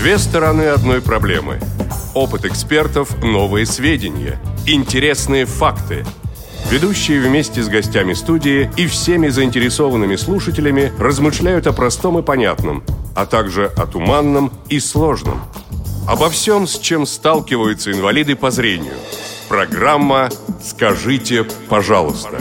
Две стороны одной проблемы. Опыт экспертов, новые сведения, интересные факты. Ведущие вместе с гостями студии и всеми заинтересованными слушателями размышляют о простом и понятном, а также о туманном и сложном. Обо всем, с чем сталкиваются инвалиды по зрению. Программа «Скажите, пожалуйста».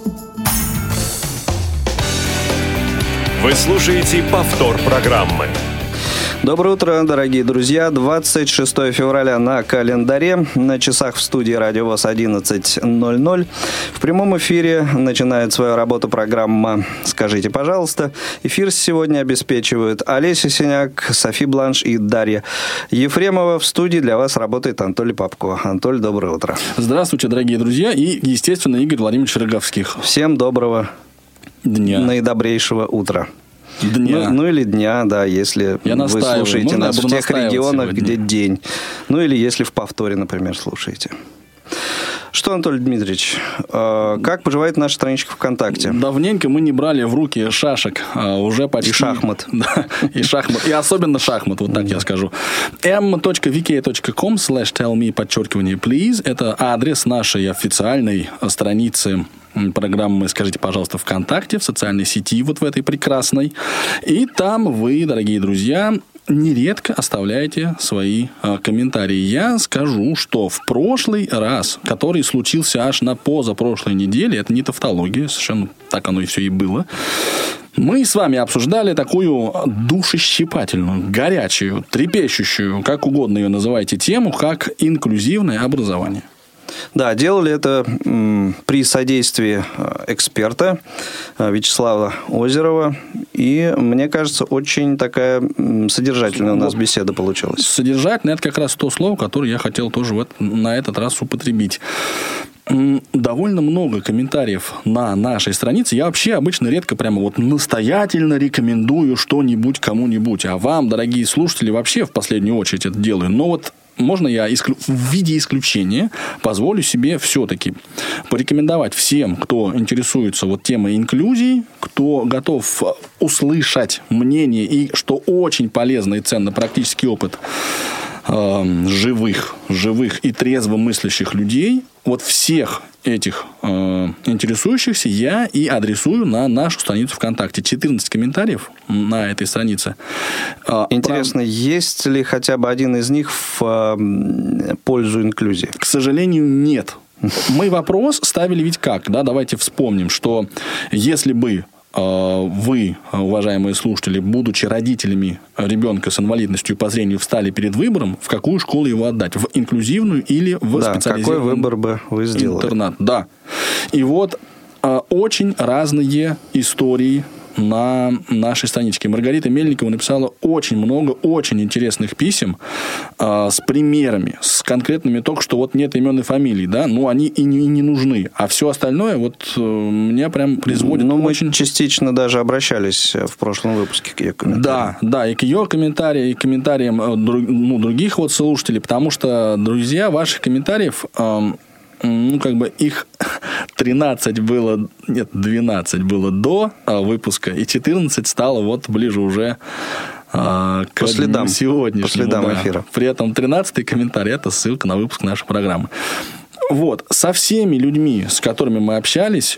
Вы слушаете повтор программы. Доброе утро, дорогие друзья. 26 февраля на календаре. На часах в студии Радио ВОС 11:00. В прямом эфире начинает свою работу программа «Скажите, пожалуйста». Эфир сегодня обеспечивают Олеся Синяк, Софи Бланш и Дарья Ефремова. В студии для вас работает Анатолий Попко. Анатолий, доброе утро. Здравствуйте, дорогие друзья. И, естественно, Игорь Владимирович Роговских. Всем доброго дня. Наидобрейшего утра. Дня. Ну или дня, да, если вы слушаете нас в тех регионах, сегодня, где день. Ну или если в повторе, например, слушаете. Что, Анатолий Дмитриевич, как поживает наша страничка ВКонтакте? Давненько мы не брали в руки шашек, уже почти... И шахмат. Да, и шахмат, и особенно шахмат, вот так я скажу. m.vk.com/tellme_please. Это адрес нашей официальной страницы программы «Скажите, пожалуйста», ВКонтакте, в социальной сети, вот в этой прекрасной. И там вы, дорогие друзья, нередко оставляете свои комментарии. Я скажу, что в прошлый раз, который случился аж на позапрошлой неделе, это не тавтология, совершенно так оно и все и было, мы с вами обсуждали такую душещипательную, горячую, трепещущую, как угодно ее называйте, тему, как инклюзивное образование. Да, делали это при содействии эксперта Вячеслава Озерова. И, мне кажется, очень такая содержательная у нас беседа получилась. Содержательная – это как раз то слово, которое я хотел тоже на этот раз употребить. Довольно много комментариев на нашей странице. Я вообще обычно редко прямо вот настоятельно рекомендую что-нибудь кому-нибудь. А вам, дорогие слушатели, вообще в последнюю очередь это делаю. Но вот можно я в виде исключения позволю себе все-таки порекомендовать всем, кто интересуется вот темой инклюзии, кто готов услышать мнение и, что очень полезно и ценно, практический опыт живых и трезво мыслящих людей, вот всех этих интересующихся я и адресую на нашу страницу ВКонтакте. 14 комментариев на этой странице. Интересно, есть ли хотя бы один из них в пользу инклюзии? К сожалению, нет. Мы вопрос ставили ведь как? Да? Давайте вспомним, что если бы вы, уважаемые слушатели, будучи родителями ребенка с инвалидностью по зрению, встали перед выбором, в какую школу его отдать, в инклюзивную или в специализированный какой выбор бы вы сделали? Интернат. Да. И вот очень разные истории на нашей страничке. Маргарита Мельникова написала очень много очень интересных писем с примерами, с конкретными, только что вот нет имен и фамилий, да, но они и не нужны. А все остальное вот меня прям производит очень... Мы частично даже обращались в прошлом выпуске к ее комментариям. Да, и к ее комментариям, и к комментариям других вот слушателей, потому что, друзья, ваших комментариев... их 12 было до выпуска, и 14 стало вот ближе уже к сегодняшнему. По следам эфира. При этом 13-й комментарий – это ссылка на выпуск нашей программы. Вот. Со всеми людьми, с которыми мы общались,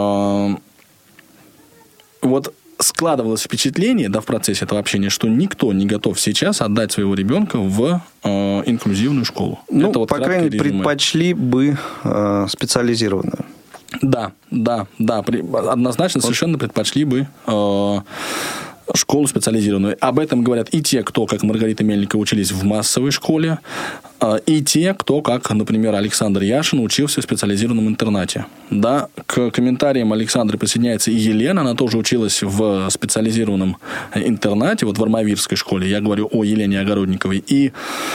вот складывалось впечатление, да, в процессе этого общения, что никто не готов сейчас отдать своего ребенка в инклюзивную школу. Ну, это вот по крайней мере, предпочли бы специализированную. Да. Однозначно совершенно предпочли бы школу специализированную. Об этом говорят и те, кто, как Маргарита Мельникова, учились в массовой школе, и те, кто, как, например, Александр Яшин, учился в специализированном интернате. Да, к комментариям Александра присоединяется и Елена, она тоже училась в специализированном интернате, вот в Армавирской школе, я говорю о Елене Огородниковой, и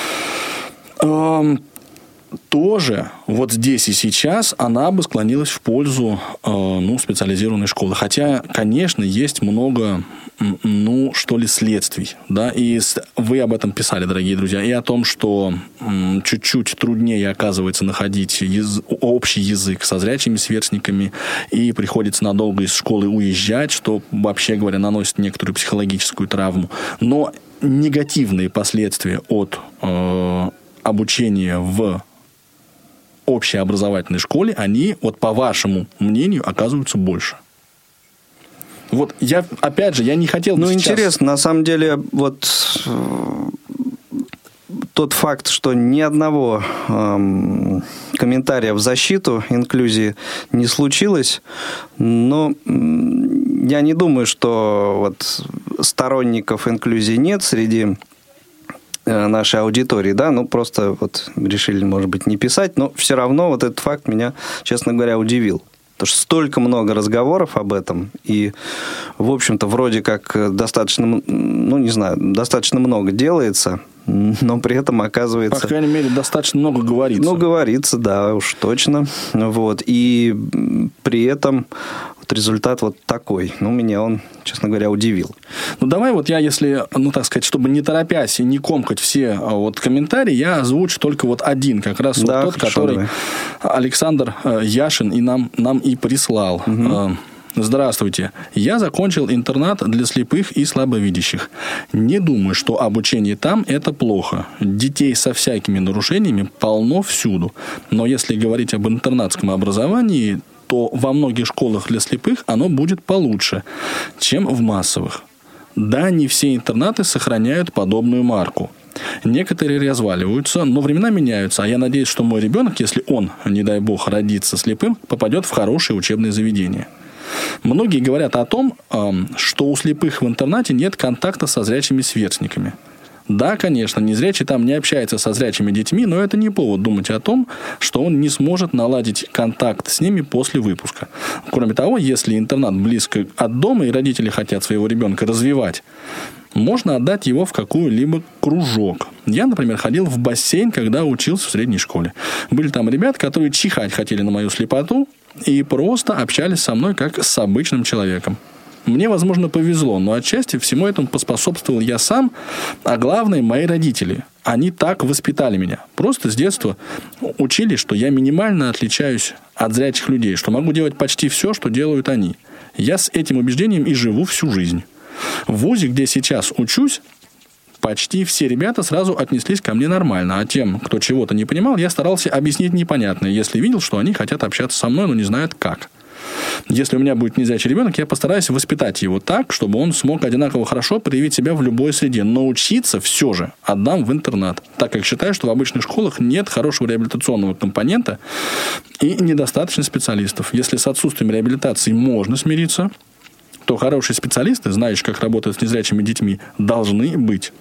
тоже вот здесь и сейчас она бы склонилась в пользу специализированной школы. Хотя, конечно, есть много, следствий. Да? И вы об этом писали, дорогие друзья, и о том, что чуть-чуть труднее, оказывается, находить общий язык со зрячими сверстниками, и приходится надолго из школы уезжать, что, вообще говоря, наносит некоторую психологическую травму. Но негативные последствия от обучения в общеобразовательной школе, они, вот по вашему мнению, оказываются больше. Вот я, опять же, я не хотел бы сейчас... интересно, на самом деле, вот тот факт, что ни одного комментария в защиту инклюзии не случилось, но я не думаю, что вот сторонников инклюзии нет среди нашей аудитории, да, просто вот решили, может быть, не писать, но все равно вот этот факт меня, честно говоря, удивил. Потому что столько много разговоров об этом, и, в общем-то, вроде как достаточно, достаточно много делается, но при этом оказывается... По крайней мере, достаточно много говорится. Говорится, да, уж точно. Вот. И при этом вот результат вот такой. Меня он, честно говоря, удивил. Давай вот я, если, так сказать, чтобы не торопясь и не комкать все вот комментарии, я озвучу только вот один, как раз да, вот тот, хорошо, который давай. Александр Яшин и нам и прислал. Угу. Здравствуйте. Я закончил интернат для слепых и слабовидящих. Не думаю, что обучение там – это плохо. Детей со всякими нарушениями полно всюду. Но если говорить об интернатском образовании, то во многих школах для слепых оно будет получше, чем в массовых. Да, не все интернаты сохраняют подобную марку. Некоторые разваливаются, но времена меняются, а я надеюсь, что мой ребенок, если он, не дай бог, родится слепым, попадет в хорошее учебное заведение. Многие говорят о том, что у слепых в интернате нет контакта со зрячими сверстниками. Да, конечно, незрячий там не общается со зрячими детьми, но это не повод думать о том, что он не сможет наладить контакт с ними после выпуска. Кроме того, если интернат близко от дома и родители хотят своего ребенка развивать, можно отдать его в какой-либо кружок. Я, например, ходил в бассейн, когда учился в средней школе. Были там ребята, которые чихать хотели на мою слепоту и просто общались со мной как с обычным человеком. Мне, возможно, повезло, но отчасти всему этому поспособствовал я сам, а главное, мои родители. Они так воспитали меня. Просто с детства учили, что я минимально отличаюсь от зрячих людей, что могу делать почти все, что делают они. Я с этим убеждением и живу всю жизнь. В вузе, где сейчас учусь, почти все ребята сразу отнеслись ко мне нормально, а тем, кто чего-то не понимал, я старался объяснить непонятное, если видел, что они хотят общаться со мной, но не знают как. Если у меня будет незрячий ребенок, я постараюсь воспитать его так, чтобы он смог одинаково хорошо проявить себя в любой среде. Но учиться все же отдам в интернат, так как считаю, что в обычных школах нет хорошего реабилитационного компонента и недостаточно специалистов. Если с отсутствием реабилитации можно смириться, то хорошие специалисты, знающие, как работать с незрячими детьми, должны быть.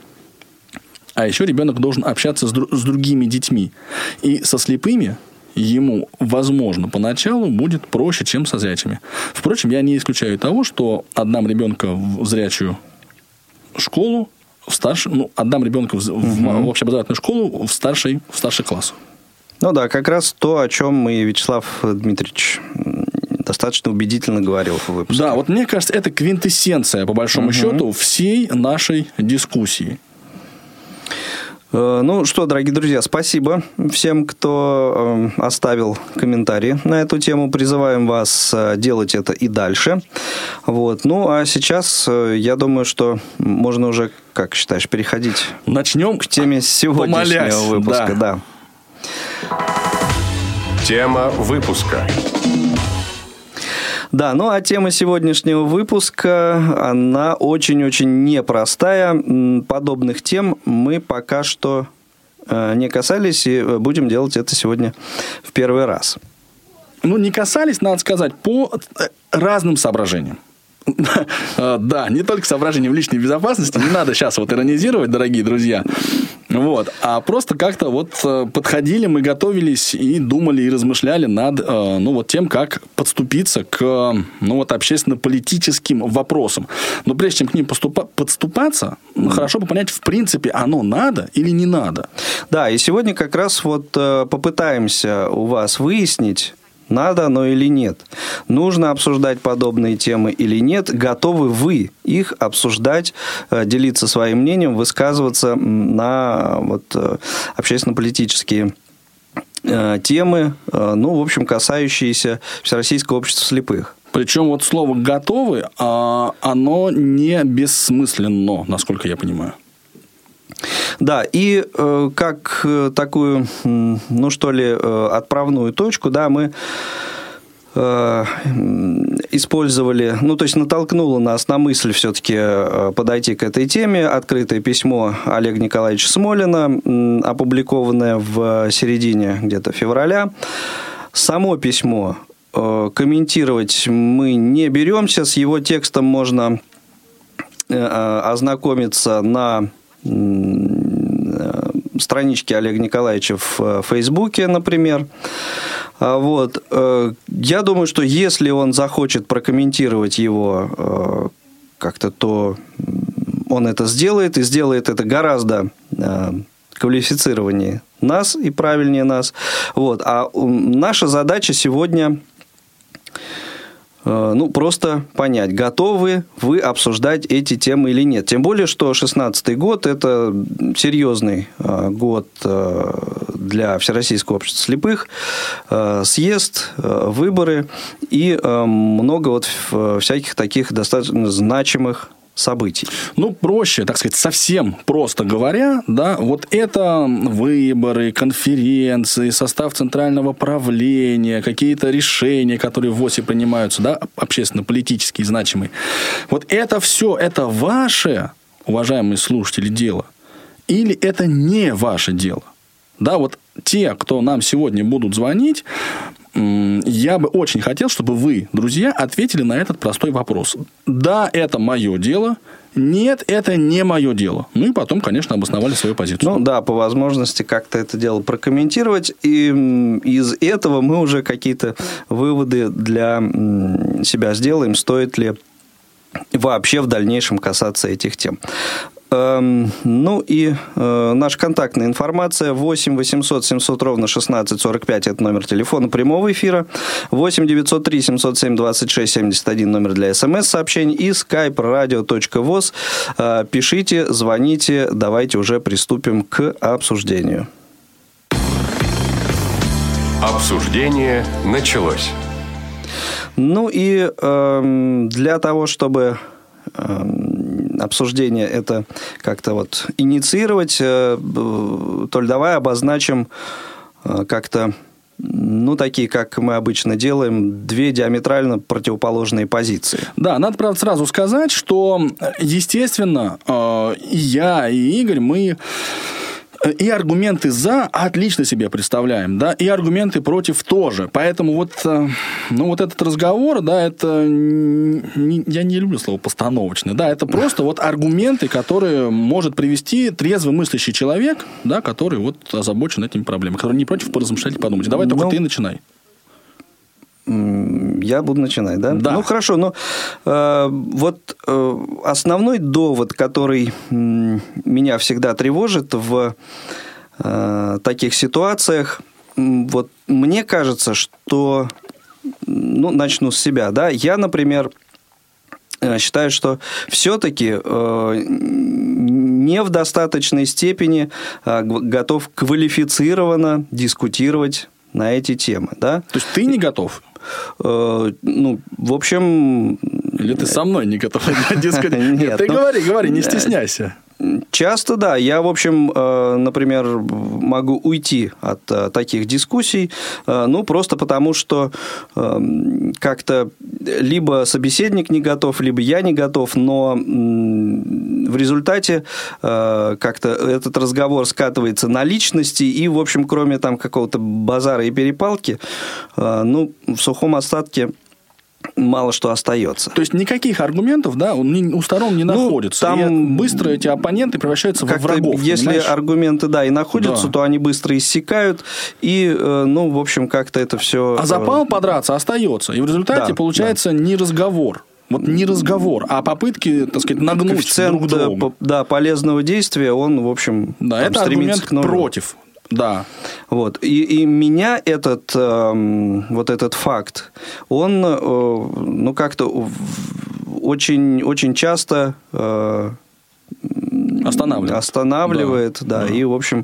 А еще ребенок должен общаться с другими детьми. И со слепыми ему, возможно, поначалу будет проще, чем со зрячими. Впрочем, я не исключаю того, что отдам ребенка в зрячую школу, отдам ребенка в общеобразовательную школу в старший класс. Да, как раз то, о чем мы, Вячеслав Дмитриевич, достаточно убедительно говорил в выпуске. Да, вот мне кажется, это квинтэссенция, по большому счету, всей нашей дискуссии. Что, дорогие друзья, спасибо всем, кто оставил комментарии на эту тему. Призываем вас делать это и дальше. А сейчас, я думаю, что можно уже, как считаешь, переходить Начнем к теме сегодняшнего выпуска. Да. Тема выпуска. Да, а тема сегодняшнего выпуска, она очень-очень непростая. Подобных тем мы пока что не касались, и будем делать это сегодня в первый раз. Не касались, надо сказать, по разным соображениям. Да, не только соображением личной безопасности, не надо сейчас иронизировать, дорогие друзья. А просто как-то подходили, мы готовились и думали, и размышляли над тем, как подступиться к общественно-политическим вопросам. Но прежде чем к ним подступаться, хорошо бы понять, в принципе, оно надо или не надо. Да, и сегодня как раз попытаемся у вас выяснить, надо оно или нет. Нужно обсуждать подобные темы или нет. Готовы вы их обсуждать, делиться своим мнением, высказываться на общественно-политические темы, в общем, касающиеся Всероссийского общества слепых. Причем слово «готовы», оно не бессмысленно, насколько я понимаю. Да, и как такую, ну что ли, отправную точку, да, мы использовали, ну, то есть натолкнуло нас на мысль все-таки подойти к этой теме открытое письмо Олега Николаевича Смолина, опубликованное в середине где-то февраля. Само письмо комментировать мы не беремся, с его текстом можно ознакомиться на страничке Олега Николаевича в Фейсбуке, например. Вот. Я думаю, что если он захочет прокомментировать его как-то, то он это сделает, и сделает это гораздо квалифицированнее нас и правильнее нас. Вот. А наша задача сегодня просто понять, готовы вы обсуждать эти темы или нет. Тем более, что 2016 год – это серьезный год для Всероссийского общества слепых. Съезд, выборы и много вот всяких таких достаточно значимых событий. Ну, проще, так сказать, совсем просто говоря, да, вот это выборы, конференции, состав центрального правления, какие-то решения, которые в ВОСе принимаются, да, общественно-политические, значимые. Вот это все, это ваше, уважаемые слушатели, дело? Или это не ваше дело? Да, вот те, кто нам сегодня будут звонить, я бы очень хотел, чтобы вы, друзья, ответили на этот простой вопрос. Да, это мое дело. Нет, это не мое дело. Ну и потом, конечно, обосновали свою позицию. Ну да, по возможности как-то это дело прокомментировать. И из этого мы уже какие-то выводы для себя сделаем, стоит ли вообще в дальнейшем касаться этих тем. Ну и наша контактная информация 8 800 700 ровно 16 45 это номер телефона прямого эфира, 8 903 707 26 71 номер для смс-сообщений и skype radio.voz. Пишите, звоните, давайте уже приступим к обсуждению. Обсуждение началось. Ну и для того, чтобы обсуждение это как-то вот инициировать, Толь, давай обозначим как-то, ну, такие, как мы обычно делаем, две диаметрально противоположные позиции. Да, надо, правда, сразу сказать, что, естественно, и я, и Игорь, мы и аргументы «за» отлично себе представляем, да, и аргументы «против» тоже. Поэтому вот, ну, вот этот разговор, да, это... Я не люблю слово «постановочный», да, это просто вот аргументы, которые может привести трезвый мыслящий человек, да, который вот озабочен этими проблемами, который не против поразмышлять и подумать. Давай только ты начинай. Я буду начинать, да? Да. Ну, хорошо, но вот основной довод, который меня всегда тревожит в таких ситуациях, вот мне кажется, что, ну, начну с себя, да, я, например, считаю, что все-таки не в достаточной степени готов квалифицированно дискутировать на эти темы, да? То есть ты не готов? Ну, в общем... Или ты со мной не готов дискутировать? Нет, ты говори, не стесняйся. Часто, да. Я, в общем, например, могу уйти от таких дискуссий, ну, просто потому, что как-то либо собеседник не готов, либо я не готов, но в результате как-то этот разговор скатывается на личности, и, в общем, кроме там какого-то базара и перепалки, ну, в сухом остатке мало что остается. То есть никаких аргументов, да, у сторон не находится. Там и быстро эти оппоненты превращаются во врагов. Если понимаешь? Аргументы, да, и находятся, да, то они быстро иссякают, и, ну, в общем, как-то это все... А запал подраться остается, и в результате получается не разговор. Вот не разговор, а попытки, так сказать, нагнуть коэффициент друг друга. Да, полезного действия, он, в общем, да, это стремится к нулю. Против. Да. Вот. И меня этот, вот этот факт, он, ну, как-то очень, очень часто останавливает, да. И, в общем,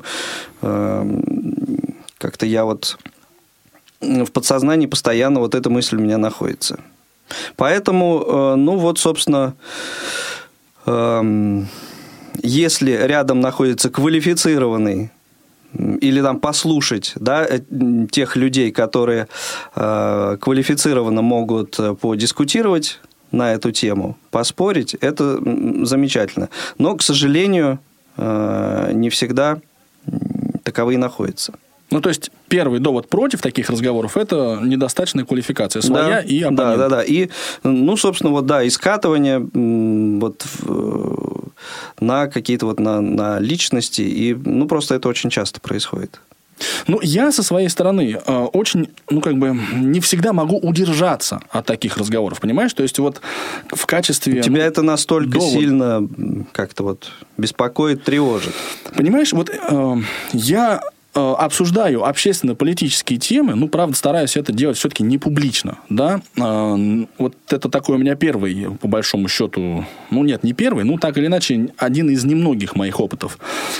как-то я вот в подсознании постоянно вот эта мысль у меня находится. Поэтому, ну, вот, собственно... если рядом находится квалифицированный или там послушать, да, тех людей, которые квалифицированно могут подискутировать на эту тему, поспорить, это замечательно. Но, к сожалению, не всегда таковые находятся. Ну, то есть, первый довод против таких разговоров – это недостаточная квалификация своя и оппонента. Да. И, ну, собственно, вот, да, и скатывание вот на какие-то вот на личности, и, ну, просто это очень часто происходит. Ну, я со своей стороны очень, ну, как бы, не всегда могу удержаться от таких разговоров, понимаешь? То есть, вот в качестве... Тебя это настолько сильно как-то вот беспокоит, тревожит? Понимаешь, вот я обсуждаю общественно-политические темы, ну, правда, стараюсь это делать все-таки не публично, да. Вот это такой у меня первый, по большому счету, ну, нет, не первый, ну, так или иначе, один из немногих моих опытов.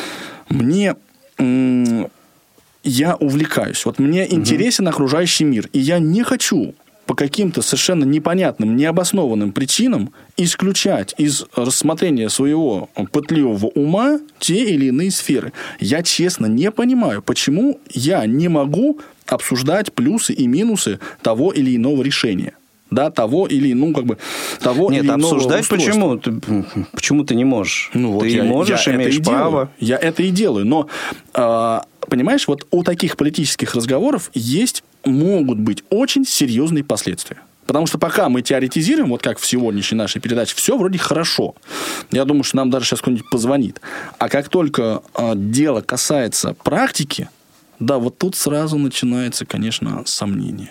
Я увлекаюсь. Вот мне интересен окружающий мир. И я не хочу по каким-то совершенно непонятным, необоснованным причинам исключать из рассмотрения своего пытливого ума те или иные сферы. Я честно не понимаю, почему я не могу обсуждать плюсы и минусы того или иного решения. Да, того или, ну, как бы, того Нет, или иного обсуждать устройства. Почему ты не можешь? Ну, вот ты можешь, имеешь право. Я это и делаю. Но, понимаешь, вот у таких политических разговоров могут быть очень серьезные последствия. Потому что пока мы теоретизируем, вот как в сегодняшней нашей передаче, все вроде хорошо. Я думаю, что нам даже сейчас кто-нибудь позвонит. А как только дело касается практики, да, вот тут сразу начинается, конечно, сомнение.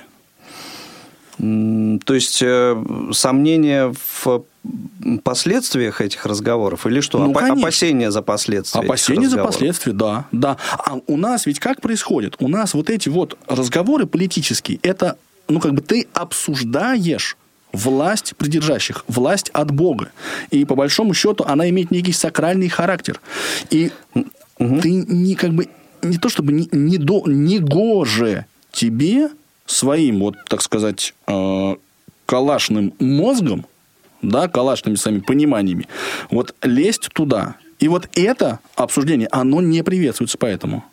То есть сомнения в последствиях этих разговоров или что? Ну, опасения за последствия? Опасения за последствия, да. А у нас ведь как происходит? У нас вот эти вот разговоры политические, это, ну, как бы ты обсуждаешь власть придержащих, власть от Бога. И по большому счету она имеет некий сакральный характер. И ты не то чтобы не гоже тебе своим, вот, так сказать, калашным мозгом, да, калашными своими пониманиями, вот лезть туда. И вот это обсуждение, оно не приветствуется поэтому.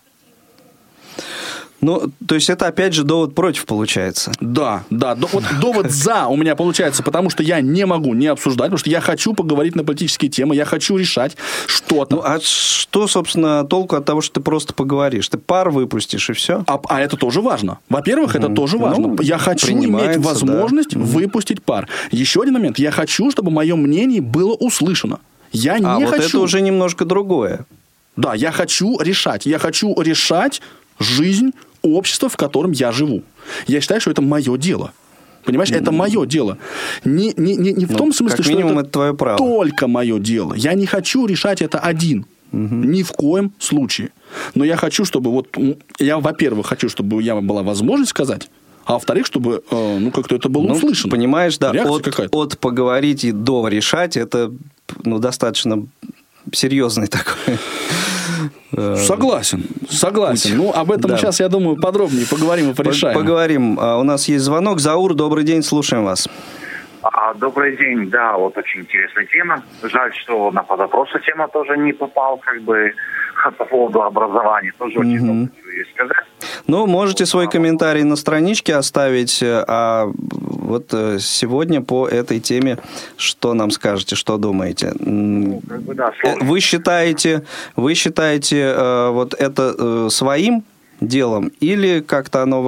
Ну, то есть, это, опять же, довод против получается. Да. Вот довод за у меня получается, потому что я не могу не обсуждать, потому что я хочу поговорить на политические темы, я хочу решать что-то. Ну, а что, собственно, толку от того, что ты просто поговоришь? Ты пар выпустишь, и все? А это тоже важно. Во-первых, это тоже важно. Ну, я хочу иметь возможность выпустить пар. Еще один момент. Я хочу, чтобы мое мнение было услышано. Я не хочу... вот это уже немножко другое. Да, я хочу решать. Я хочу решать жизнь общества, в котором я живу. Я считаю, что это мое дело. Понимаешь, это мое дело. Не в том смысле, что это твое право. Только мое дело. Я не хочу решать это один. Ни в коем случае. Но я хочу, чтобы вот... Я, во-первых, хочу, чтобы у меня была возможность сказать, а во-вторых, чтобы, ну, как-то это было услышано. Понимаешь, да, от поговорить и до решать, это, ну, достаточно серьезный такой... Согласен. Ну, об этом сейчас, я думаю, подробнее поговорим и порешаем. Поговорим. У нас есть звонок. Заур, добрый день, слушаем вас. Добрый день, да, вот очень интересная тема. Жаль, что на подопросы тема тоже не попал, как бы, по поводу образования. Тоже очень много хочу сказать. Ну, можете свой комментарий на страничке оставить, а вот сегодня по этой теме что нам скажете, что думаете? Ну, как бы, да, сложно. Вы считаете вот это своим делом или как-то оно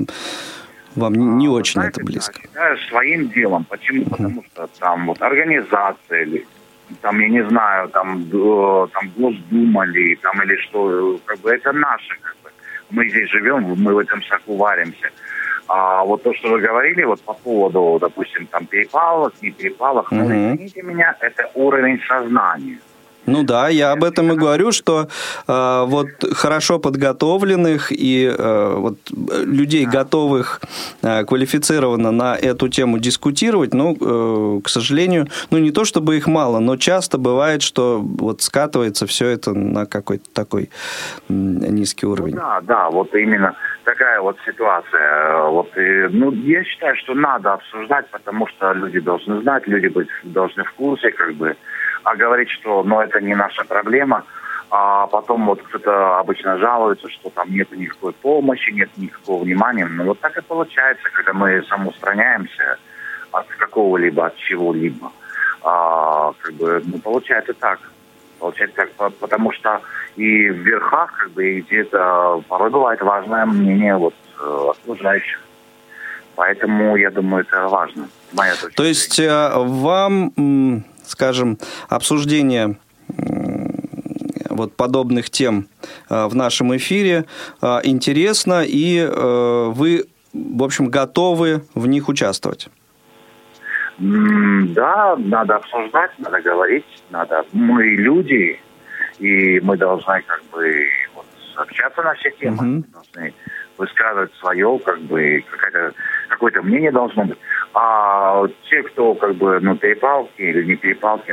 вам не очень это близко? Я считаю своим делом. Почему? Потому что там вот организация или там, я не знаю, там Госдума или там или что, как бы это наше, как бы. Мы здесь живем, мы в этом соку варимся. А вот то, что вы говорили, вот по поводу, допустим, там перепалок, не перепалок, ну, извините меня, это уровень сознания. Ну да, я об этом и говорю, что вот хорошо подготовленных и вот людей, готовых квалифицированно на эту тему дискутировать, ну, к сожалению, ну не то чтобы их мало, но часто бывает, что вот скатывается все это на какой-то такой низкий уровень. Ну, да, вот именно такая вот ситуация. Вот, ну, я считаю, что надо обсуждать, потому что люди должны знать, люди быть должны в курсе, как бы. А говорить, что это не наша проблема, а потом вот кто-то обычно жалуется, что там нет никакой помощи, нет никакого внимания. Вот так и получается, когда мы самоустраняемся от какого-либо, от чего-либо. Получается так. Потому что и в верхах, и где-то порой бывает важное мнение окружающих. Поэтому, я думаю, это важно. То есть вам, скажем, обсуждение подобных тем в нашем эфире интересно, и вы, в общем, готовы в них участвовать? Да, надо обсуждать, надо говорить, мы люди, и мы должны общаться на все темы, мы должны высказывать свое, какое-то мнение должно быть. А те, кто перепалки или не перепалки,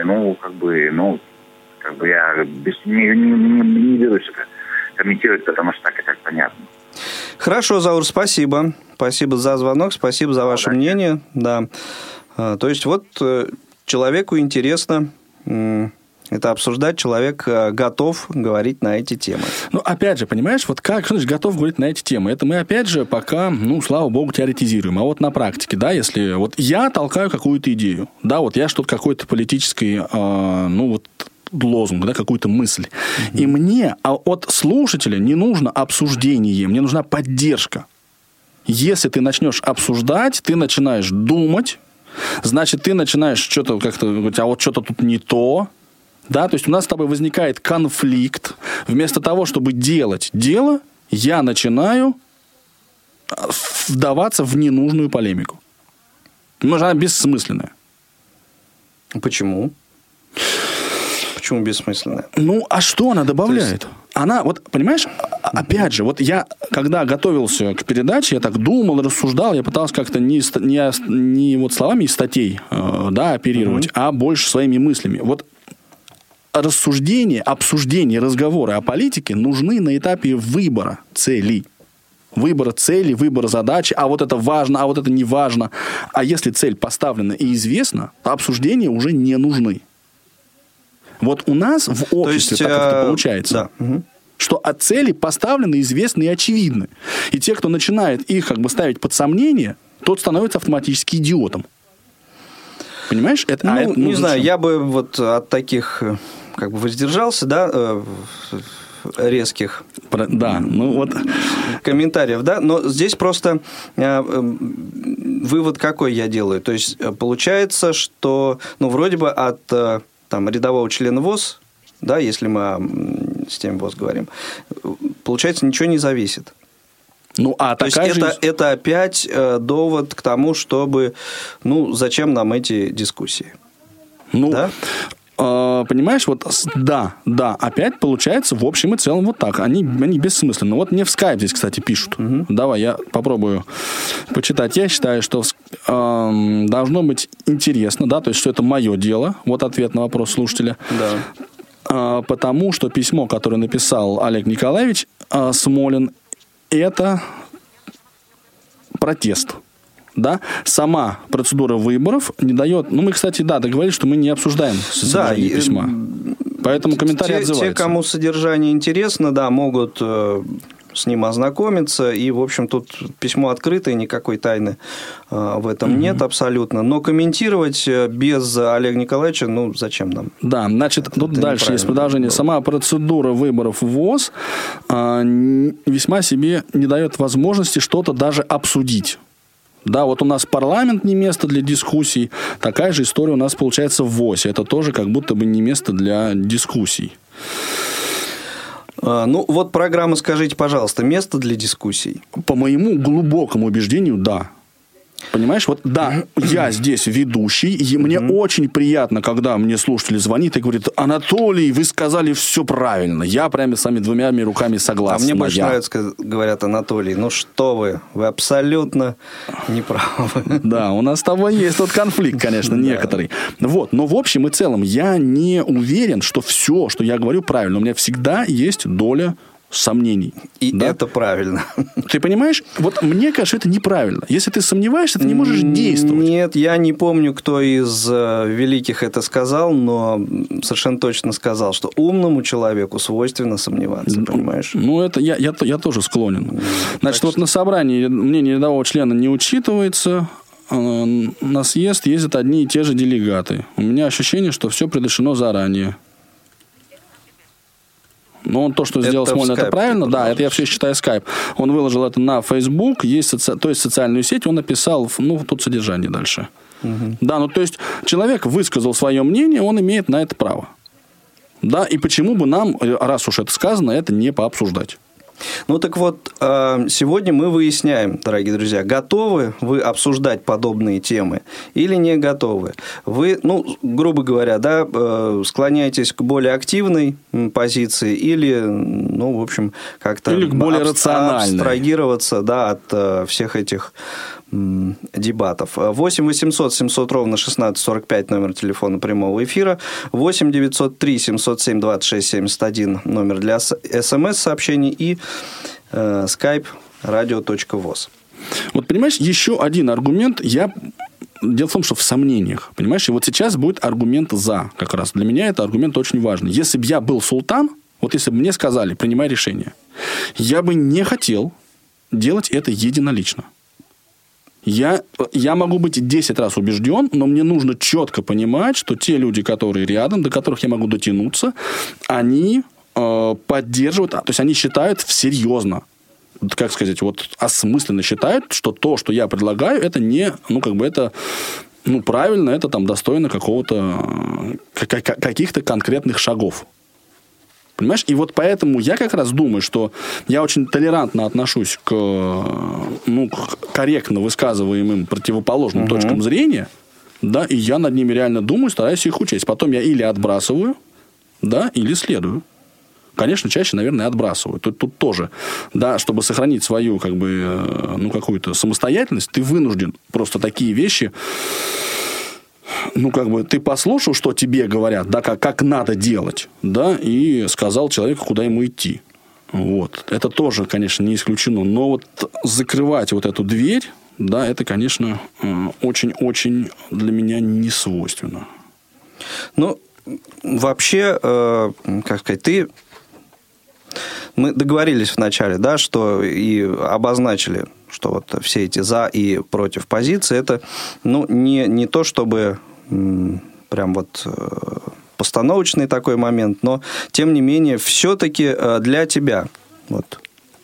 я не берусь это комментировать, потому что так и так понятно. Хорошо, Заур, спасибо. Спасибо за звонок, спасибо за ваше мнение. Да. То есть человеку интересно это обсуждать, человек готов говорить на эти темы. Опять же, понимаешь, что значит готов говорить на эти темы? Это мы, опять же, пока, слава богу, теоретизируем. А на практике, да, если я толкаю какую-то идею, да, я что-то какой-то политический, лозунг, да, какую-то мысль. И мне от слушателя не нужно обсуждение, мне нужна поддержка. Если ты начнешь обсуждать, ты начинаешь думать, значит, ты начинаешь что-то как-то говорить, а что-то тут не то. Да, то есть у нас с тобой возникает конфликт. Вместо того, чтобы делать дело, я начинаю вдаваться в ненужную полемику. Может, она бессмысленная. Почему? Почему бессмысленная? А что она добавляет? Она, понимаешь, опять же, я, когда готовился к передаче, я так думал, рассуждал, я пытался как-то не словами из статей, оперировать, а больше своими мыслями. Рассуждения, обсуждения, разговоры о политике нужны на этапе выбора целей. Выбора цели, выбора задачи, а это важно, а это не важно. А если цель поставлена и известна, то обсуждения уже не нужны. У нас в обществе так как-то получается, что цели поставлены, известны и очевидны. И те, кто начинает их ставить под сомнение, тот становится автоматически идиотом. Понимаешь? Не знаю, я бы от таких воздержался, да, резких комментариев, да, но здесь просто вывод какой я делаю. То есть получается, что вроде бы от рядового члена ВОС, да, если мы о системе ВОС говорим, получается, ничего не зависит. То есть это опять довод к тому, чтобы, зачем нам эти дискуссии? Да? Понимаешь, опять получается в общем и целом так. Они бессмысленны. Мне в Skype здесь, кстати, пишут. Давай, я попробую почитать. Я считаю, что должно быть интересно, да, то есть, что это мое дело. Ответ на вопрос слушателя. Да. Потому что письмо, которое написал Олег Николаевич Смолин, это протест. Да? Сама процедура выборов не дает... мы, кстати, договорились, что мы не обсуждаем содержание письма. Поэтому комментарии отзываются. Те, кому содержание интересно, могут с ним ознакомиться. И, в общем, тут письмо открытое, никакой тайны в этом нет абсолютно. Но комментировать без Олега Николаевича, зачем нам? Да, значит, тут дальше есть продолжение. Сама процедура выборов в ВОС весьма себе не дает возможности что-то даже обсудить. Да, у нас парламент не место для дискуссий. Такая же история у нас получается в ВОСе. Это тоже как будто бы не место для дискуссий. Программа, скажите, пожалуйста, место для дискуссий? По моему глубокому убеждению, да. Понимаешь, я здесь ведущий, и мне очень приятно, когда мне слушатель звонит и говорит: Анатолий, вы сказали все правильно. Я прямо с вами двумя руками согласен. А мне больше нравится, говорят: Анатолий, что вы абсолютно неправы. Да, у нас с тобой есть тот конфликт, конечно, некоторый. Но в общем и целом я не уверен, что все, что я говорю, правильно. У меня всегда есть доля сомнений. И это правильно. Ты понимаешь? Вот мне кажется, это неправильно. Если ты сомневаешься, ты не можешь действовать. Нет, я не помню, кто из великих это сказал, но совершенно точно сказал, что умному человеку свойственно сомневаться, понимаешь? Ну, это я тоже склонен. Значит, вот на собрании мнение рядового члена не учитывается. На съезд ездят одни и те же делегаты. У меня ощущение, что все предрешено заранее. Но он то, что сделал Смолин, это правильно. Да, это я все считаю скайп. Он выложил это на Facebook, то есть социальную сеть, он написал, тут содержание дальше. Угу. Да, то есть человек высказал свое мнение, он имеет на это право. Да, и почему бы нам, раз уж это сказано, это не пообсуждать? Ну, так вот, сегодня мы выясняем, дорогие друзья, готовы вы обсуждать подобные темы или не готовы. Вы, грубо говоря, да, склоняетесь к более активной позиции или, в общем, как-то... Или к более рациональной. Абстрагироваться, да, от всех этих дебатов. 8 800 700 ровно 1645 номер телефона прямого эфира. 8 903 707 26 71 номер для СМС-сообщений и skype radio.voz. Вот, понимаешь, еще один аргумент. Дело в том, что в сомнениях. Понимаешь, и вот сейчас будет аргумент «за» как раз. Для меня это аргумент очень важный. Если бы я был султан, вот если бы мне сказали, принимай решение, я бы не хотел делать это единолично. Я могу быть 10 раз убежден, но мне нужно четко понимать, что те люди, которые рядом, до которых я могу дотянуться, они поддерживают, то есть они считают всерьезно, как сказать, вот осмысленно считают, что то, что я предлагаю, это не, это, правильно, это там достойно каких-то конкретных шагов. Понимаешь? И вот поэтому я как раз думаю, что я очень толерантно отношусь к корректно высказываемым противоположным точкам зрения, да, и я над ними реально думаю, стараюсь их учесть. Потом я или отбрасываю, да, или следую. Конечно, чаще, наверное, отбрасываю. Тут тоже, да, чтобы сохранить свою, какую-то самостоятельность, ты вынужден просто такие вещи... ты послушал, что тебе говорят, да, как надо делать, да, и сказал человеку, куда ему идти. Вот. Это тоже, конечно, не исключено. Но вот закрывать вот эту дверь, да, это, конечно, очень-очень для меня не свойственно. Вообще, мы договорились вначале, да, что и обозначили, что вот все эти за и против позиции, это, не то, чтобы прям вот постановочный такой момент, но, тем не менее, все-таки для тебя вот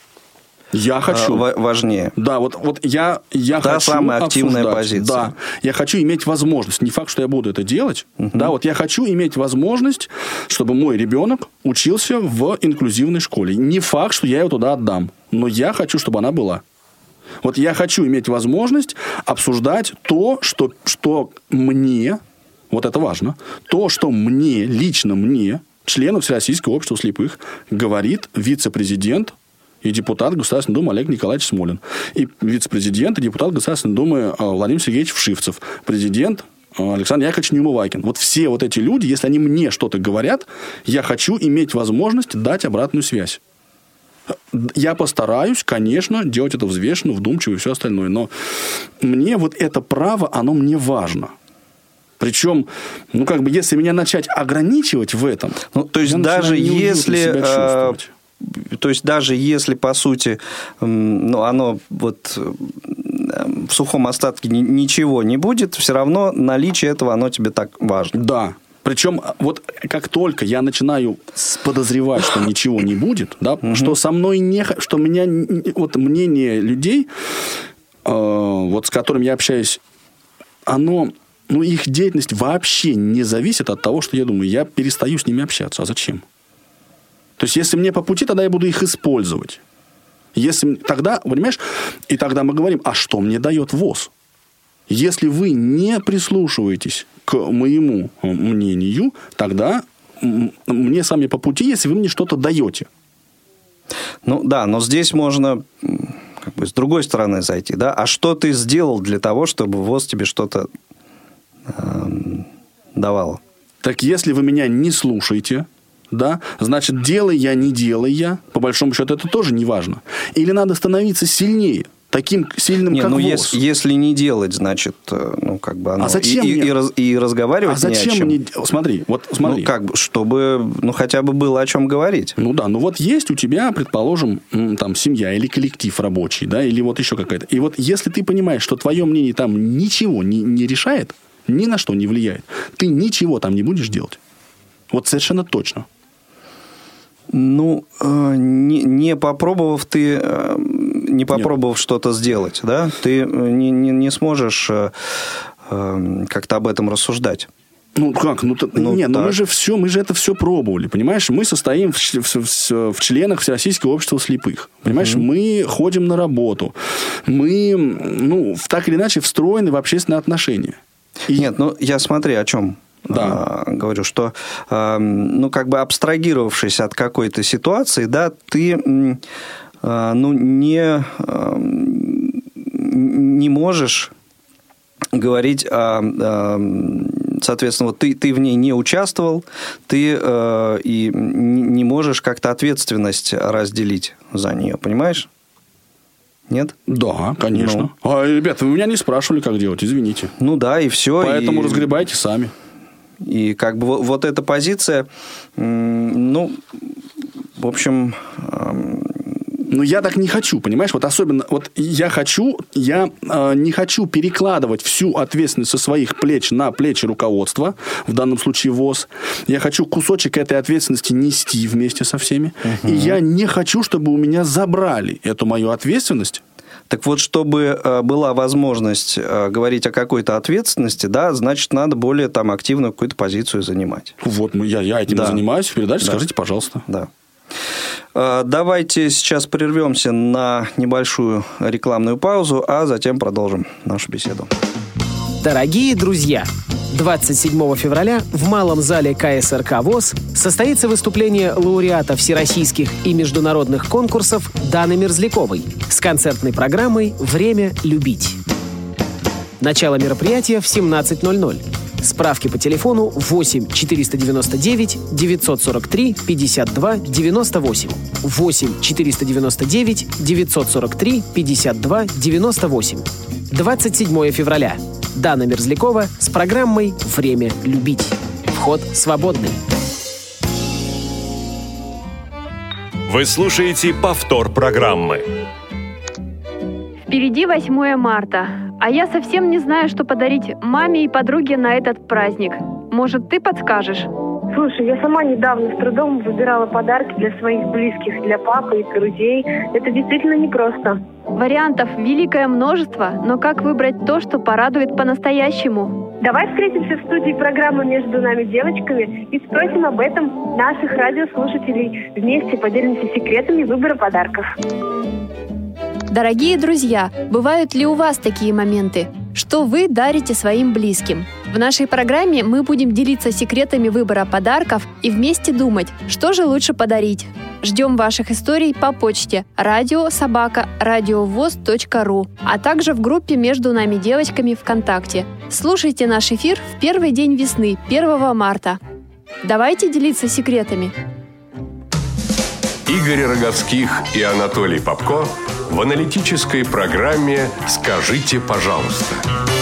я хочу важнее. Да, вот я хочу самая активная обсуждать. позиция. Да, я хочу иметь возможность. Не факт, что я буду это делать. Да, вот я хочу иметь возможность, чтобы мой ребенок учился в инклюзивной школе. Не факт, что я его туда отдам, но я хочу, чтобы она была. Вот я хочу иметь возможность обсуждать то, что мне, вот это важно, то, что мне, лично мне, члену Всероссийского общества слепых, говорит вице-президент и депутат Государственной Думы Олег Николаевич Смолин. И вице-президент, и депутат Государственной Думы Владимир Сергеевич Вшивцев. Президент Александр Яковлевич Неумывакин. Вот все вот эти люди, если они мне что-то говорят, я хочу иметь возможность дать обратную связь. Я постараюсь, конечно, делать это взвешенно, вдумчиво и все остальное. Но мне вот это право, оно мне важно. Причем, если меня начать ограничивать в этом... то есть, даже если... То есть, даже если, по сути, оно вот в сухом остатке ничего не будет, все равно наличие этого, оно тебе так важно. Да. Причем, вот как только я начинаю подозревать, что ничего не будет, да, что со мной что меня, вот мнение людей, вот с которыми я общаюсь, оно, их деятельность вообще не зависит от того, что я думаю, я перестаю с ними общаться. А зачем? То есть, если мне по пути, тогда я буду их использовать. Тогда, понимаешь, и тогда мы говорим, а что мне дает ВОС? Если вы не прислушиваетесь к моему мнению, тогда мне сами по пути, если вы мне что-то даете. Да, но здесь можно с другой стороны зайти, да? А что ты сделал для того, чтобы ВОС тебе что-то давало? Так если вы меня не слушаете, Да? Значит, делай я, не делай я, по большому счету, это тоже не важно. Или надо становиться сильнее, таким сильным, как ВОЗ. Если не делать, значит, как бы оно... А зачем и разговаривать не о чем. Смотри. Чтобы, хотя бы было о чем говорить. Вот есть у тебя, предположим, там, семья или коллектив рабочий, да, или вот еще какая-то. И вот если ты понимаешь, что твое мнение там ничего не решает, ни на что не влияет, ты ничего там не будешь делать. Вот совершенно точно. Не попробовав что-то сделать, да, ты не сможешь как-то об этом рассуждать. Мы же это все пробовали, понимаешь? Мы состоим в членах Всероссийского общества слепых, понимаешь? Мы ходим на работу, мы, так или иначе, встроены в общественные отношения. Нет, я смотри, о чем... Да. Говорю, что, абстрагировавшись от какой-то ситуации, да, ты, не можешь говорить соответственно, вот ты в ней не участвовал, ты и не можешь как-то ответственность разделить за нее, понимаешь? Нет? Да, конечно. Ребята, вы меня не спрашивали, как делать, извините. И все. Поэтому разгребайте сами. И как бы вот эта позиция, в общем... я так не хочу, понимаешь? Вот особенно, я не хочу перекладывать всю ответственность со своих плеч на плечи руководства, в данном случае ВОЗ. Я хочу кусочек этой ответственности нести вместе со всеми. И я не хочу, чтобы у меня забрали эту мою ответственность. Так вот, чтобы была возможность говорить о какой-то ответственности, да, значит, надо более активную какую-то позицию занимать. Вот, я этим занимаюсь в передаче, скажите, пожалуйста. Да. Давайте сейчас прервемся на небольшую рекламную паузу, а затем продолжим нашу беседу. Дорогие друзья, 27 февраля в Малом зале КСРК ВОС состоится выступление лауреата всероссийских и международных конкурсов Даны Мерзляковой с концертной программой «Время любить». Начало мероприятия в 17:00. Справки по телефону 8 499 943 52 98. 8 499 943 52 98. 27 февраля. Дана Мерзлякова с программой «Время любить». Вход свободный. Вы слушаете повтор программы. Впереди 8 марта, а я совсем не знаю, что подарить маме и подруге на этот праздник. Может, ты подскажешь? Слушай, я сама недавно с трудом выбирала подарки для своих близких, для папы и друзей. Это действительно непросто. Вариантов великое множество, но как выбрать то, что порадует по-настоящему? Давай встретимся в студии программы «Между нами девочками» и спросим об этом наших радиослушателей. Вместе поделимся секретами выбора подарков. Дорогие друзья, бывают ли у вас такие моменты? Что вы дарите своим близким? В нашей программе мы будем делиться секретами выбора подарков и вместе думать, что же лучше подарить. Ждем ваших историй по почте radio@radiovoz.ru, а также в группе «Между нами девочками» ВКонтакте. Слушайте наш эфир в первый день весны, 1 марта. Давайте делиться секретами. Игорь Роговских и Анатолий Попко в аналитической программе «Скажите, пожалуйста».